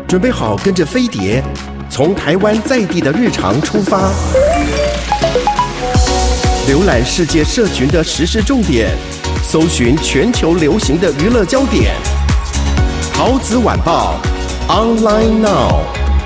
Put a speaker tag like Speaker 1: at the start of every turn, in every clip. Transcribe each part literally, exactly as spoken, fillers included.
Speaker 1: 准备好跟着飞碟，从台湾在地的日常出发，浏览世界社群的时事重点，搜寻全球流行的娱乐焦点。桃子晚报 Online Now。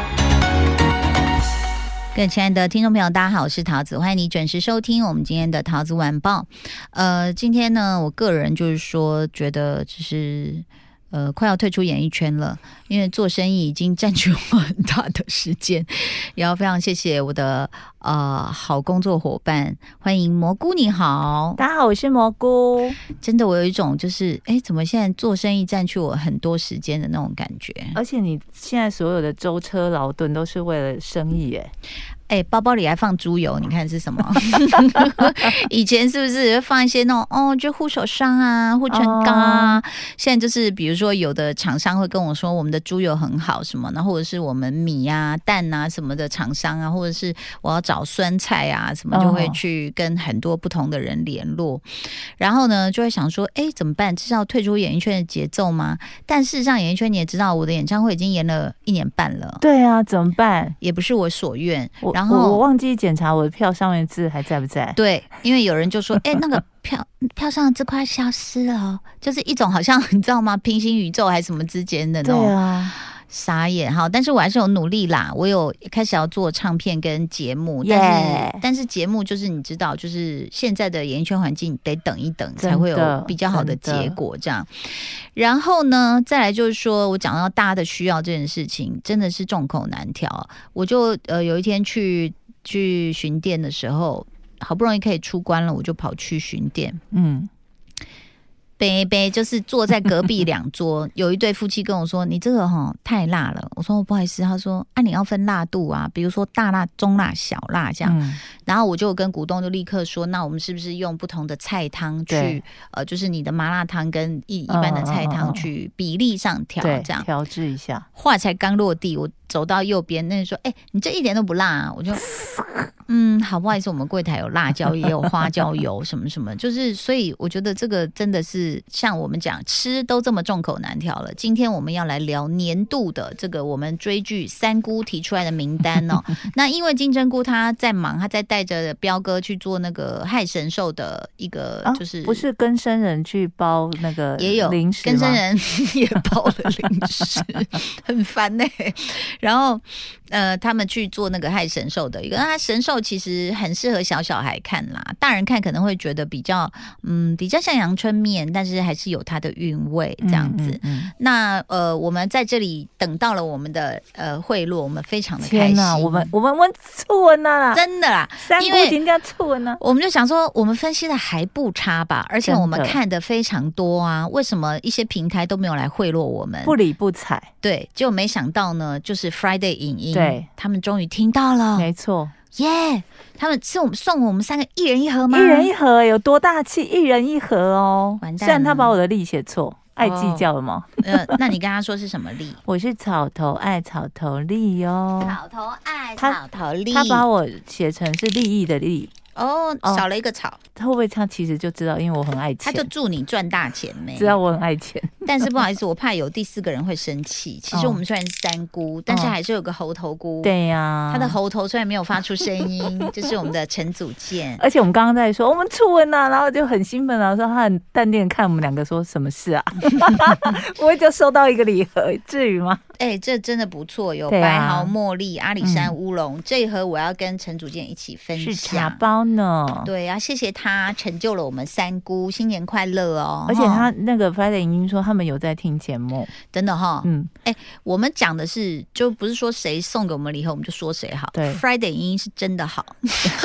Speaker 2: 各位亲爱的听众朋友，大家好，我是桃子，欢迎你准时收听我们今天的桃子晚报。呃，今天呢，我个人就是说，觉得就是呃，快要退出演艺圈了，因为做生意已经占据我很大的时间。也要非常谢谢我的呃好工作伙伴，欢迎蘑菇，你好，
Speaker 3: 大家好，我是蘑菇。
Speaker 2: 真的，我有一种就是，哎，怎么现在做生意占据我很多时间的那种感觉。
Speaker 3: 而且你现在所有的舟车劳顿都是为了生意，哎。
Speaker 2: 哎，包包里还放猪油，你看是什么？以前是不是放一些那种哦，就护手霜啊、护唇膏啊？哦、现在就是比如说有的厂商会跟我说我们的猪油很好什么，然后或者是我们米啊、蛋啊什么的厂商啊，或者是我要找酸菜啊什么，就会去跟很多不同的人联络。哦、然后呢，就会想说，哎，怎么办？这是要退出演艺圈的节奏吗？但事实上，演艺圈你也知道，我的演唱会已经演了一年半了。
Speaker 3: 对啊，怎么办？
Speaker 2: 也不是我所愿。然后
Speaker 3: 我我忘记检查我的票上面的字还在不在。
Speaker 2: 对，因为有人就说，哎、欸，那个票票上的字快消失了、哦，就是一种好像你知道吗？平行宇宙还是什么之间的那种。
Speaker 3: 对啊。
Speaker 2: 傻眼哈，但是我还是有努力啦，我有开始要做唱片跟节目，但是、yeah. 但是节目就是你知道，就是现在的演艺圈环境得等一等才会有比较好的结果这样。然后呢，再来就是说我讲到大家的需要这件事情，真的是众口难调。我就呃有一天去去巡店的时候，好不容易可以出关了，我就跑去巡店，嗯。杯杯就是坐在隔壁两桌，有一对夫妻跟我说：“你这个哈太辣了。”我说：“不好意思。”他说：“啊，你要分辣度啊，比如说大辣、中辣、小辣这样。嗯”然后我就跟股东就立刻说：“那我们是不是用不同的菜汤去呃，就是你的麻辣汤跟一一般的菜汤去比例上调，这样
Speaker 3: 调制一下。”
Speaker 2: 话才刚落地，我走到右边，那人说：“哎、欸，你这一点都不辣啊！”我就嗯，好，不好意思，我们柜台有辣椒，也有花椒油，什么什么，就是所以我觉得这个真的是像我们讲吃都这么众口难调了。今天我们要来聊年度的这个我们追剧三姑提出来的名单哦。那因为金针菇他在忙，他在带着彪哥去做那个害神兽的一个，就是、
Speaker 3: 啊、不是跟生人去包那个
Speaker 2: 也有
Speaker 3: 零食吗？
Speaker 2: 跟生人也包了零食，很烦呢、欸。然后呃，他们去做那个害神兽的一个，那神兽其实很适合小小孩看啦，大人看可能会觉得比较嗯比较像阳春面，但是还是有它的韵味这样子。嗯嗯嗯、那呃，我们在这里等到了我们的呃贿赂，我们非常的开心。
Speaker 3: 我们我们问触文啦，
Speaker 2: 真的啦，
Speaker 3: 三姑今天触文呢，
Speaker 2: 我们就想说，我们分析的还不差吧，而且我们看的非常多啊，为什么一些平台都没有来贿赂我们？
Speaker 3: 不理不睬。
Speaker 2: 对，结果没想到呢，就是 Friday 影音，
Speaker 3: 对，
Speaker 2: 他们终于听到了，
Speaker 3: 没错。
Speaker 2: 耶、yeah ！他们是我们送我们三个一人一盒吗？
Speaker 3: 一人一盒有多大气？一人一盒哦。
Speaker 2: 完蛋了！
Speaker 3: 虽然他把我的力写错，爱计较了吗？
Speaker 2: 哦、呃，那你跟他说是什么力？
Speaker 3: 我是草头爱草头利哦。
Speaker 2: 草头爱草头利，
Speaker 3: 他把我写成是利益的利。
Speaker 2: 哦，少了一个草，
Speaker 3: 他会不会他其实就知道，因为我很爱钱，
Speaker 2: 他就祝你赚大钱没？
Speaker 3: 知道我很爱钱，
Speaker 2: 但是不好意思，我怕有第四个人会生气。其实我们虽然是三姑，哦、但是还是有个猴头菇。
Speaker 3: 对呀、啊，
Speaker 2: 他的猴头虽然没有发出声音，就是我们的陈祖健。
Speaker 3: 而且我们刚刚在说我们初吻啊，然后就很兴奋啊，说他很淡定看我们两个说什么事啊？我就收到一个礼盒，至于吗？
Speaker 2: 哎、欸，这真的不错，有白毫茉莉、阿里山乌龙、嗯、这一盒，我要跟陈祖健一起分享。
Speaker 3: 是茶包呢？
Speaker 2: 对啊，谢谢他成就了我们三姑，新年快乐哦！
Speaker 3: 而且他那个 Friday 影音说他们有在听节目，
Speaker 2: 真的哈、哦。嗯，哎、欸，我们讲的是，就不是说谁送给我们礼盒我们就说谁好。
Speaker 3: 对
Speaker 2: ，Friday 影音是真的好。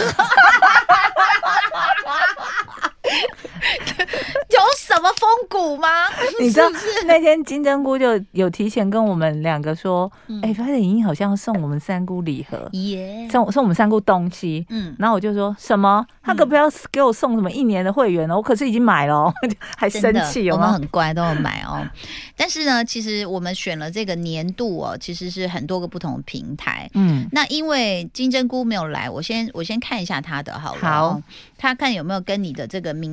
Speaker 2: 有什么风骨吗？
Speaker 3: 你知道那天金针菇就有提前跟我们两个说，哎、嗯，发现莹莹好像要送我们三姑礼盒，耶，送送我们三姑东西。嗯，然后我就说什么？他可不要给我送什么一年的会员哦，我可是已经买了、哦，还生气哦。
Speaker 2: 我们很乖，都有买哦。但是呢，其实我们选了这个年度哦，其实是很多个不同的平台。嗯，那因为金针菇没有来，我先我先看一下他的好了。
Speaker 3: 好，
Speaker 2: 他看有没有跟你的这个名单有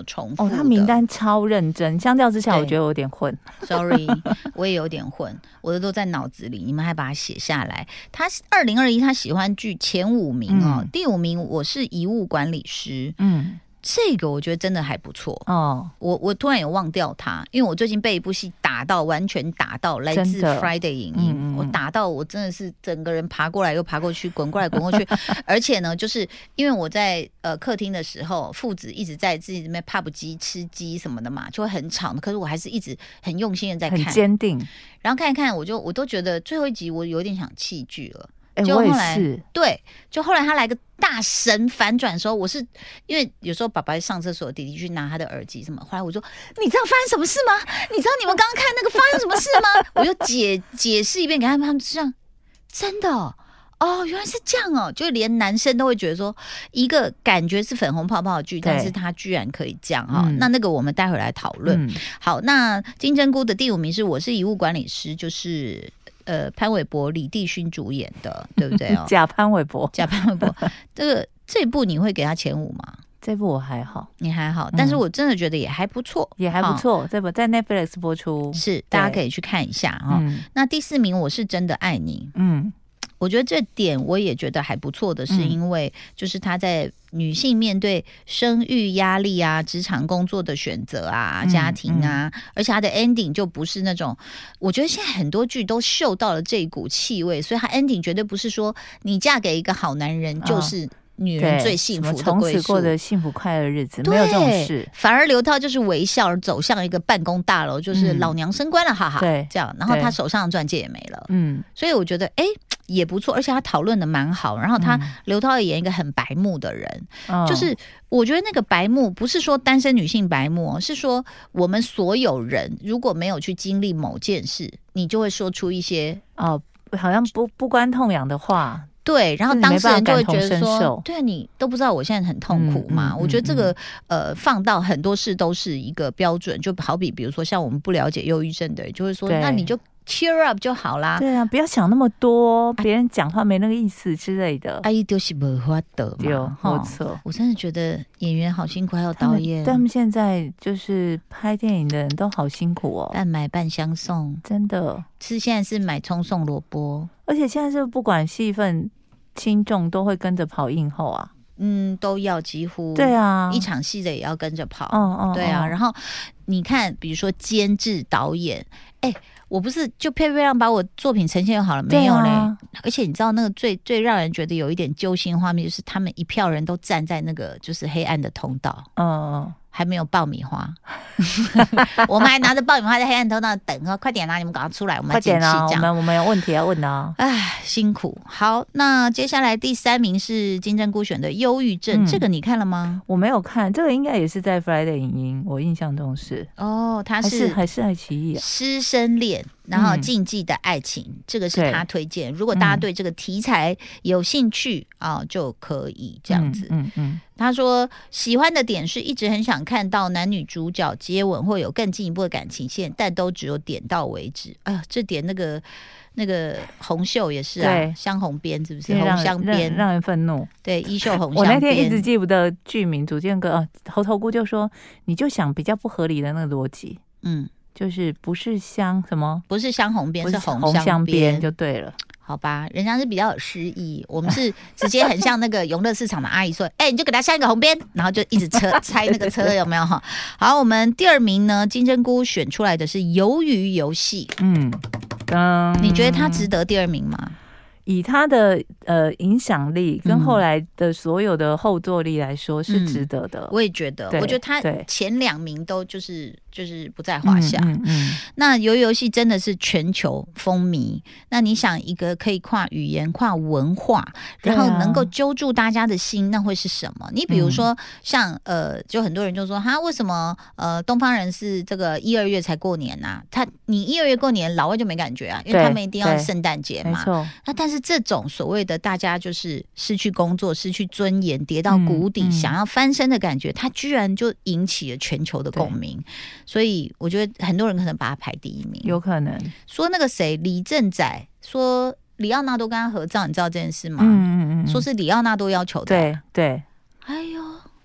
Speaker 2: 有重复的。
Speaker 3: 哦，他名单超认真，相较之下我觉得我有点混。
Speaker 2: Sorry， 我也有点混，我的都在脑子里，你们还把它写下来。他二零二一他喜欢剧前五名哦，嗯、第五名我是遗物管理师，嗯。这个我觉得真的还不错哦，我我突然有忘掉它，因为我最近被一部戏打到，完全打到来自 Friday 影音，嗯、我打到我真的是整个人爬过来又爬过去，滚过来滚过去，而且呢，就是因为我在呃客厅的时候，父子一直在自己那边 pub 鸡吃鸡什么的嘛，就会很吵，可是我还是一直很用心的在看，
Speaker 3: 很坚定，
Speaker 2: 然后看一看，我就我都觉得最后一集我有点想弃剧了。
Speaker 3: 欸、就后来
Speaker 2: 对，就后来他来个大神反转的时候，我是因为有时候爸爸上厕所，弟弟去拿他的耳机什么，后来我说你知道发生什么事吗？你知道你们刚刚看那个发生什么事吗？我就解解释一遍给他们，他们这样真的哦，哦原来是这样哦，就连男生都会觉得说，一个感觉是粉红泡泡的剧，但是他居然可以这样哈、嗯。那那个我们待会来讨论。嗯、好，那金针菇的第五名是我是遗物管理师，就是。呃，潘玮柏、李帝勋主演的，对不对哦？
Speaker 3: 假潘玮柏，
Speaker 2: 假潘玮柏，这个这部你会给他前五吗？
Speaker 3: 这部我还好，
Speaker 2: 你还好，但是我真的觉得也还不错，
Speaker 3: 嗯、也还不错。这部在 Netflix 播出，
Speaker 2: 是大家可以去看一下哈、嗯。那第四名，我是真的爱你，嗯。我觉得这点我也觉得还不错的是，因为就是他在女性面对生育压力啊、职场工作的选择啊、家庭啊，嗯嗯、而且他的 ending 就不是那种，我觉得现在很多剧都嗅到了这一股气味，所以他 ending 绝对不是说你嫁给一个好男人就是女人最幸福的归宿，
Speaker 3: 从此过着幸福快乐的日子，没有这种事。
Speaker 2: 反而刘涛就是微笑而走向一个办公大楼，就是老娘升官了，嗯、哈哈，对，这样，然后他手上的钻戒也没了，嗯，所以我觉得，哎。也不错，而且他讨论的蛮好。然后他、嗯、刘涛也演一个很白目的人，哦、就是我觉得那个白目不是说单身女性白目，是说我们所有人如果没有去经历某件事，你就会说出一些
Speaker 3: 哦，好像不不关痛痒的话。
Speaker 2: 对，然后当事人就会觉得说，对啊，你都不知道我现在很痛苦嘛。嗯嗯、我觉得这个呃，放到很多事都是一个标准，就好比比如说像我们不了解忧郁症的人，就会说，那你就。cheer up 就好啦。
Speaker 3: 对啊，不要想那么多，别人讲话没那个意思之类的。
Speaker 2: 阿姨就是没法得嘛，
Speaker 3: 没错。
Speaker 2: 我真的觉得演员好辛苦，还有导演。
Speaker 3: 他们现在就是拍电影的人都好辛苦哦，
Speaker 2: 半买半相送，
Speaker 3: 真的
Speaker 2: 是现在是买葱送萝卜，
Speaker 3: 而且现在是不管戏份轻重都会跟着跑映后啊。
Speaker 2: 嗯，都要几乎
Speaker 3: 对啊，
Speaker 2: 一场戏的也要跟着跑，嗯嗯，对啊。然后你看，比如说监制、导演，哎。我不是就漂漂亮把我作品呈现就好了，没有嘞、啊。而且你知道那个最最让人觉得有一点揪心的画面，就是他们一票人都站在那个就是黑暗的通道，嗯，还没有爆米花，我们还拿着爆米花在黑暗通道等，说快点啦、啊，你们赶快出来，我们来进去
Speaker 3: 讲。我们我们有问题要问啊，
Speaker 2: 哎，辛苦。好，那接下来第三名是金针菇选的忧郁症、嗯，这个你看了吗？
Speaker 3: 我没有看，这个应该也是在 Friday 影音，我印象中是
Speaker 2: 哦，他
Speaker 3: 是还是爱奇艺啊，
Speaker 2: 师生恋。然后禁忌的爱情、嗯、这个是他推荐，如果大家对这个题材有兴趣、嗯啊、就可以这样子。嗯 嗯, 嗯他说喜欢的点是一直很想看到男女主角接吻或有更进一步的感情线，但都只有点到为止。啊，这点那个那个红袖也是啊，香红边是不是？红香边
Speaker 3: 让人愤怒。
Speaker 2: 对，衣袖红香边。
Speaker 3: 我那天一直记不得剧名，主见哥啊，猴头菇就说你就想比较不合理的那个逻辑，嗯。就是不是香什么？
Speaker 2: 不是香红边，是红
Speaker 3: 香
Speaker 2: 边
Speaker 3: 就对了。
Speaker 2: 好吧，人家是比较有诗意，我们是直接很像那个永乐市场的阿姨说：“哎、欸，你就给他镶一个红边，然后就一直车拆那个车，有没有？”哈。好，我们第二名呢，金针菇选出来的是鱿鱼游戏。嗯，嗯，你觉得他值得第二名吗？
Speaker 3: 以他的呃影响力跟后来的所有的后坐力来说，是值得的。
Speaker 2: 嗯、我也觉得，我觉得他前两名都就是就是不在话下。嗯嗯嗯、那鱿鱼游戏真的是全球风靡。那你想，一个可以跨语言、跨文化，然后能够揪住大家的心，那会是什么？你比如说像呃，就很多人就说，哈，为什么呃东方人是这个一二月才过年啊？他你一二月过年，老外就没感觉啊，因为他们一定要圣诞节嘛。那但是。是这种所谓的大家就是失去工作、失去尊严、跌到谷底、嗯嗯、想要翻身的感觉，它居然就引起了全球的共鸣。所以我觉得很多人可能把它排第一名，
Speaker 3: 有可能
Speaker 2: 说那个谁李正宰说里奥纳多跟他合照，你知道这件事吗？嗯嗯嗯，说是里奥纳多要求的。
Speaker 3: 对对，
Speaker 2: 哎呦。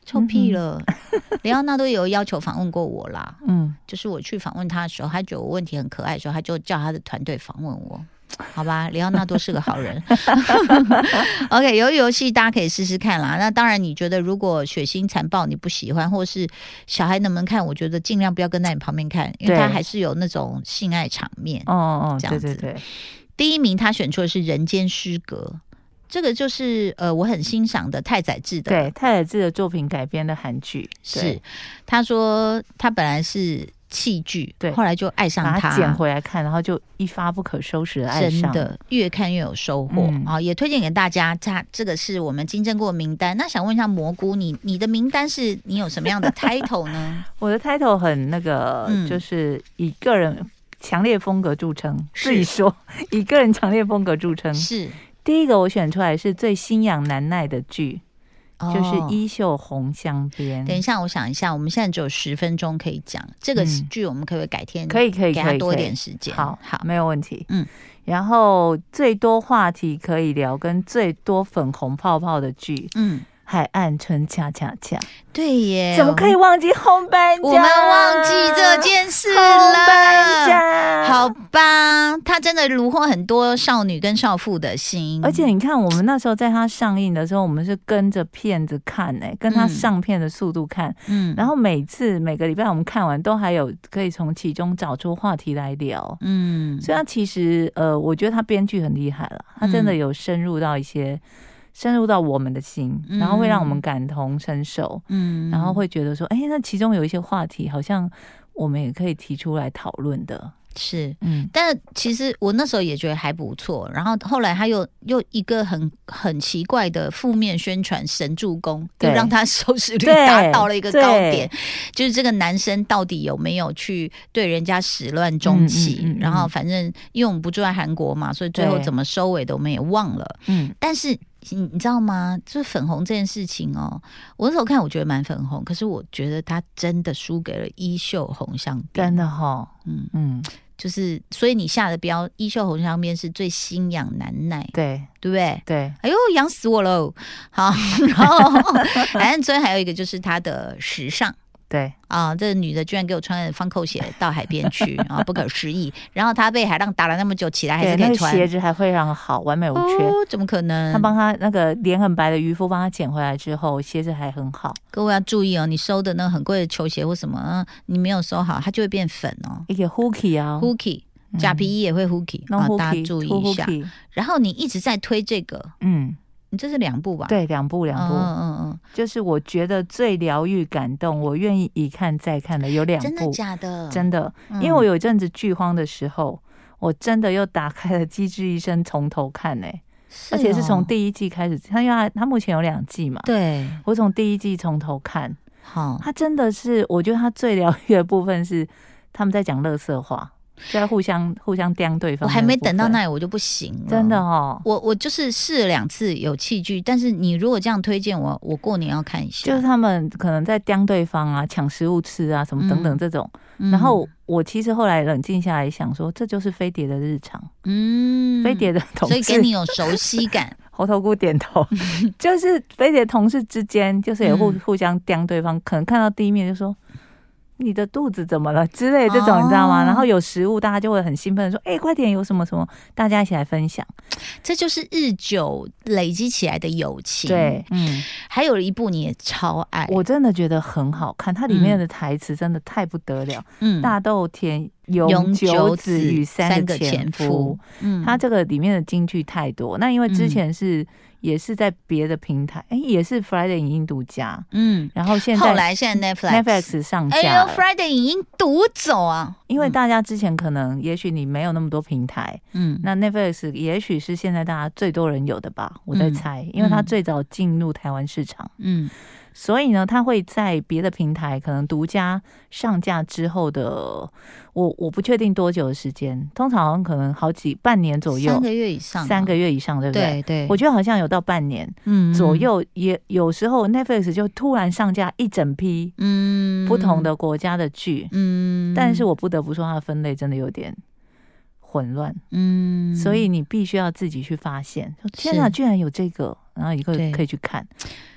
Speaker 2: 臭屁了！里奥纳多有要求访问过我啦，嗯，就是我去访问他的时候，他觉得我问题很可爱的时候，他就叫他的团队访问我。好吧，里奥纳多是个好人。OK， 鱿鱼游戏大家可以试试看啦。那当然，你觉得如果血腥残暴你不喜欢，或是小孩能不能看？我觉得尽量不要跟在你旁边看，因为他还是有那种性爱场面。哦哦，这样子。对对对。第一名他选出的是《人间失格》。这个就是呃，我很欣赏的太宰治的，
Speaker 3: 对太宰治的作品改编的韩剧。
Speaker 2: 是他说他本来是弃剧，对，后来就爱上他，
Speaker 3: 把他捡回来看，然后就一发不可收拾的爱上，
Speaker 2: 真的越看越有收获啊、嗯！也推荐给大家。这这个是我们金针菇的名单。那想问一下蘑菇，你你的名单是你有什么样的 title 呢？
Speaker 3: 我的 title 很那个，嗯、就是以个人强烈风格著称，自己说以个人强烈风格著称
Speaker 2: 是。
Speaker 3: 第一个我选出来是最心痒难耐的剧，哦、就是《衣袖红镶边》。
Speaker 2: 等一下，我想一下，我们现在只有十分钟可以讲这个剧，我们可不可以改天？
Speaker 3: 可以，可以，
Speaker 2: 给他多一点时间。
Speaker 3: 好，好，没有问题。嗯，然后最多话题可以聊，跟最多粉红泡泡的剧，嗯。海岸村恰恰恰，
Speaker 2: 对耶，
Speaker 3: 怎么可以忘记红班家？
Speaker 2: 我们忘记这件事了。红班家，好吧，他真的虏获很多少女跟少妇的心。
Speaker 3: 而且你看，我们那时候在他上映的时候，我们是跟着片子看、欸，哎，跟他上片的速度看，嗯，然后每次每个礼拜我们看完，都还有可以从其中找出话题来聊，嗯，所以他其实呃，我觉得他编剧很厉害了，他真的有深入到一些。深入到我们的心，然后会让我们感同身受，嗯，然后会觉得说，哎，那其中有一些话题，好像我们也可以提出来讨论的。
Speaker 2: 是，嗯，但其实我那时候也觉得还不错。然后后来他又又一个很很奇怪的负面宣传神助攻，就让他收视率达到了一个高点。就是这个男生到底有没有去对人家始乱终弃？嗯嗯嗯嗯、然后反正因为我们不住在韩国嘛，所以最后怎么收尾的我们也忘了。嗯，但是。你你知道吗？就是粉红这件事情哦，我那时候看我觉得蛮粉红，可是我觉得他真的输给了衣袖红镶边，
Speaker 3: 真的哈、哦，
Speaker 2: 嗯嗯，就是所以你下的标衣袖红镶边是最心痒难耐，
Speaker 3: 对
Speaker 2: 对不对？
Speaker 3: 对，
Speaker 2: 哎呦痒死我了！好，然后反正昨天还有一个就是他的时尚。
Speaker 3: 对
Speaker 2: 啊，这个女的居然给我穿方扣鞋到海边去啊，不可思议！然后她被海浪打了那么久，起来还是可以穿，
Speaker 3: 那鞋子还非常好，完美无缺。
Speaker 2: 哦，怎么可能？
Speaker 3: 他帮他那个脸很白的渔夫帮他捡回来之后，鞋子还很好。
Speaker 2: 各位要注意哦，你收的那个很贵的球鞋或什么，你没有收好，它就会变粉哦。
Speaker 3: 一个 hooky 啊
Speaker 2: ，hooky 假皮衣也会 hooky 啊，大家注意一下。然后你一直在推这个，嗯。你这是两部吧？
Speaker 3: 对，两部两部，嗯嗯嗯，就是我觉得最疗愈、感动，我愿意一看再看的有两部，
Speaker 2: 真的假的？
Speaker 3: 真的，嗯、因为我有一阵子剧荒的时候，我真的又打开了《机智医生》从头看呢、欸，而且是从第一季开始，他因为他他目前有两季嘛，
Speaker 2: 对，
Speaker 3: 我从第一季从头看，
Speaker 2: 好，
Speaker 3: 他真的是，我觉得他最疗愈的部分是他们在讲垃圾话。就在互相互相刁对方，
Speaker 2: 我还没等到那里我就不行了，
Speaker 3: 真的哦。
Speaker 2: 我我就是试了两次有器具，但是你如果这样推荐我，我过年要看一下。
Speaker 3: 就是他们可能在刁对方啊，抢食物吃啊，什么等等这种。嗯、然后我其实后来冷静下来想说，这就是飞碟的日常。嗯，飞碟的同事，
Speaker 2: 所以给你有熟悉感。
Speaker 3: 猴头菇点头，就是飞碟同事之间，就是也互、嗯、互相刁对方，可能看到第一面就说。你的肚子怎么了之类的这种、哦、你知道吗？然后有食物大家就会很兴奋的说哎、欸，快点有什么什么大家一起来分享，
Speaker 2: 这就是日久累积起来的友情。
Speaker 3: 对，嗯，
Speaker 2: 还有一部你也超爱，
Speaker 3: 我真的觉得很好看，它里面的台词真的太不得了。嗯，大豆田永久子与三个前夫，嗯，它这个里面的金句太多。那因为之前是、嗯、也是在别的平台，哎、欸，也是 Friday 影音独家，嗯，然后现在
Speaker 2: 后来现在 Netflix
Speaker 3: Netflix 上架了，
Speaker 2: 哎呦 ，Friday 影音独走啊！
Speaker 3: 因为大家之前可能也许你没有那么多平台，嗯，那 Netflix 也许是现在大家最多人有的吧，我在猜，嗯、因为它最早进入台湾市场，嗯。所以呢，它会在别的平台可能独家上架之后的，我我不确定多久的时间，通常好像可能好几半年左右，
Speaker 2: 三个月以上，
Speaker 3: 三个月以上，对不对？
Speaker 2: 对对，
Speaker 3: 我觉得好像有到半年，嗯左右，也有时候 Netflix 就突然上架一整批，嗯，不同的国家的剧，嗯，但是我不得不说，它的分类真的有点混乱，嗯，所以你必须要自己去发现，天哪，居然有这个，然后一个可以去看。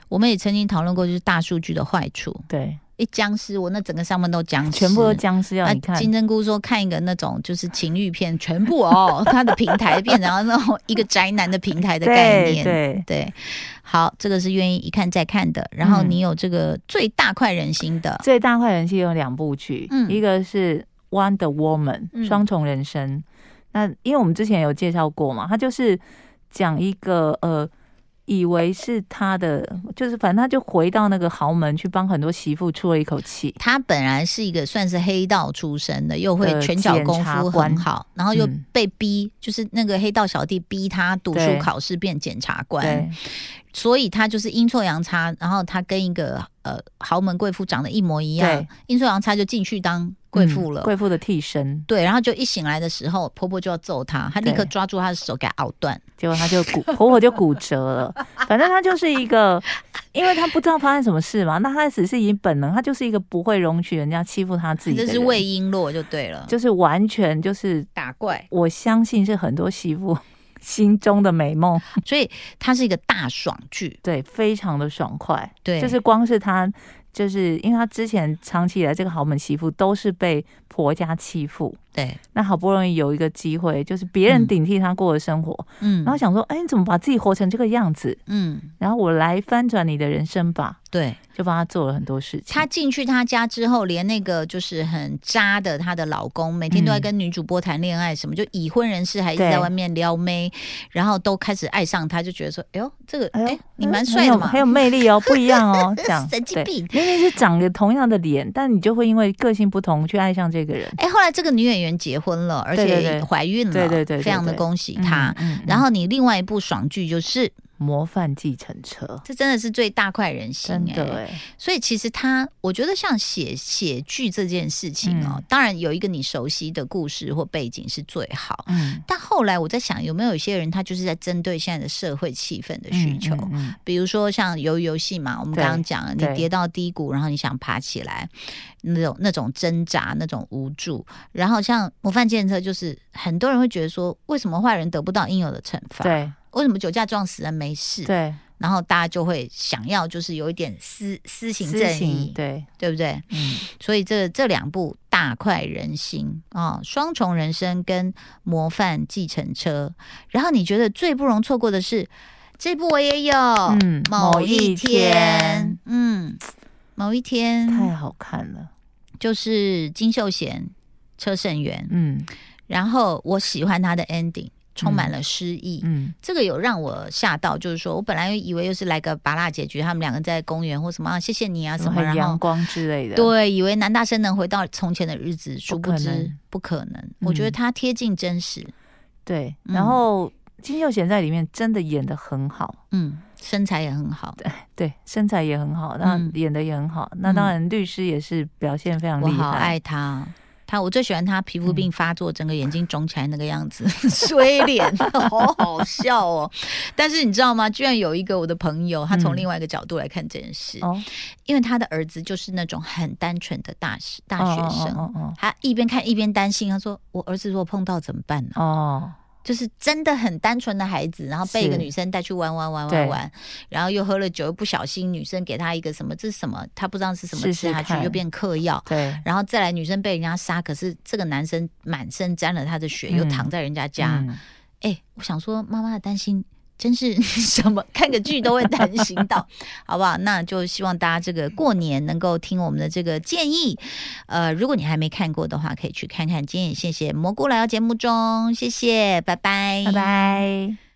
Speaker 2: 我们也曾经讨论过，就是大数据的坏处。
Speaker 3: 对。
Speaker 2: 一僵尸，我那整个上面都僵尸，
Speaker 3: 全部都僵尸要你看。
Speaker 2: 金针菇说看一个那种就是情欲片，全部哦，他的平台变成那种一个宅男的平台的概念。
Speaker 3: 对
Speaker 2: 对, 对，好，这个是愿意一看再看的。然后你有这个最大快人心的，
Speaker 3: 嗯、最大快人心有两部剧，嗯、一个是 Wonder Woman 双重人生。嗯、那因为我们之前有介绍过嘛，它就是讲一个呃。以为是他的，就是反正他就回到那个豪门去帮很多媳妇出了一口气。
Speaker 2: 他本来是一个算是黑道出身的，又会拳脚功夫很好，然后又被逼，嗯、就是那个黑道小弟逼他读书考试变检察官，所以他就是阴错阳差，然后他跟一个呃豪门贵妇长得一模一样，阴错阳差就进去当贵妇了，
Speaker 3: 贵妇、嗯、的替身。
Speaker 2: 对，然后就一醒来的时候，婆婆就要揍他，他立刻抓住他的手给他拗断，
Speaker 3: 结果他就骨婆婆就骨折了。反正他就是一个，因为他不知道发生什么事嘛，那他只是以本能，他就是一个不会容许人家欺负他自己的人，
Speaker 2: 这是魏璎珞就对了，
Speaker 3: 就是完全就是
Speaker 2: 打怪。
Speaker 3: 我相信是很多媳妇心中的美梦，
Speaker 2: 所以它是一个大爽剧，
Speaker 3: 对，非常的爽快，
Speaker 2: 对，
Speaker 3: 就是光是他。就是因为他之前长期以来这个豪门媳妇都是被婆家欺负，
Speaker 2: 对，
Speaker 3: 那好不容易有一个机会，就是别人顶替他过的生活，嗯，然后想说，哎，你怎么把自己活成这个样子？嗯，然后我来翻转你的人生吧，
Speaker 2: 对，
Speaker 3: 就帮他做了很多事情。
Speaker 2: 他进去他家之后，连那个就是很渣的他的老公，每天都在跟女主播谈恋爱，什么、嗯、就已婚人士还一直在外面撩妹，然后都开始爱上他，就觉得说，哎呦，这个哎、欸，你蛮帅的嘛，
Speaker 3: 很有魅力哦，不一样哦，这样
Speaker 2: 神经病。
Speaker 3: 明明是长得同样的脸，但你就会因为个性不同去爱上这个人。
Speaker 2: 哎，后来这个女演员结婚了，而且怀孕了，
Speaker 3: 对对 对, 对, 对, 对，
Speaker 2: 非常的恭喜她。嗯嗯嗯、然后你另外一部爽剧就是《
Speaker 3: 模范计程车》，
Speaker 2: 这真的是最大快人心、欸，
Speaker 3: 真的哎。
Speaker 2: 所以其实他，我觉得像写写剧这件事情哦，嗯、当然有一个你熟悉的故事或背景是最好。嗯，但后来我在想，有没有一些人他就是在针对现在的社会气氛的需求，嗯嗯嗯、比如说像鱿鱼游戏嘛，我们刚刚讲了，你跌到低谷，然后你想爬起来，那种那种挣扎，那种无助。然后像模范计程车，就是很多人会觉得说，为什么坏人得不到应有的惩罚？
Speaker 3: 对。
Speaker 2: 为什么酒驾撞死人没事？
Speaker 3: 对，
Speaker 2: 然后大家就会想要就是有一点私私刑正义，
Speaker 3: 对
Speaker 2: 对不对？嗯，所以这这两部大快人心啊，哦，双重人生跟模范计程车。然后你觉得最不容错过的是这部我也有，嗯，某一天，嗯，某一天
Speaker 3: 太好看了，
Speaker 2: 就是金秀贤、车胜元，嗯，然后我喜欢他的 ending。充满了诗意，嗯，这个有让我吓到，就是说我本来以为又是来个芭乐结局，他们两个在公园或什么、啊、谢谢你啊什么，
Speaker 3: 很阳光之类的，
Speaker 2: 对，以为男大生能回到从前的日子，殊不知不可能。嗯、我觉得他贴近真实，
Speaker 3: 对，然后金秀贤在里面真的演得很好，
Speaker 2: 嗯，身材也很好，
Speaker 3: 对对，身材也很好，那演得也很好。嗯、那当然，律师也是表现非常厉害，
Speaker 2: 我好爱他。他我最喜欢他皮肤病发作，整个眼睛肿起来那个样子，衰脸，好好笑哦。但是你知道吗？居然有一个我的朋友，他从另外一个角度来看这件事，嗯、因为他的儿子就是那种很单纯的大大学生，哦哦哦哦，他一边看一边担心，他说：“我儿子如果碰到怎么办呢？”哦。就是真的很单纯的孩子，然后被一个女生带去玩玩玩玩玩，然后又喝了酒，又不小心女生给他一个什么，这是什么？他不知道是什么，吃下去又变嗑药。对，然后再来女生被人家杀，可是这个男生满身沾了他的血，嗯、又躺在人家家。哎、嗯欸，我想说妈妈的担心真是什么，看个剧都会担心到，好不好？那就希望大家这个过年能够听我们的这个建议。呃，如果你还没看过的话，可以去看看。今天也谢谢蘑菇来到节目中，谢谢，拜拜，
Speaker 3: 拜拜。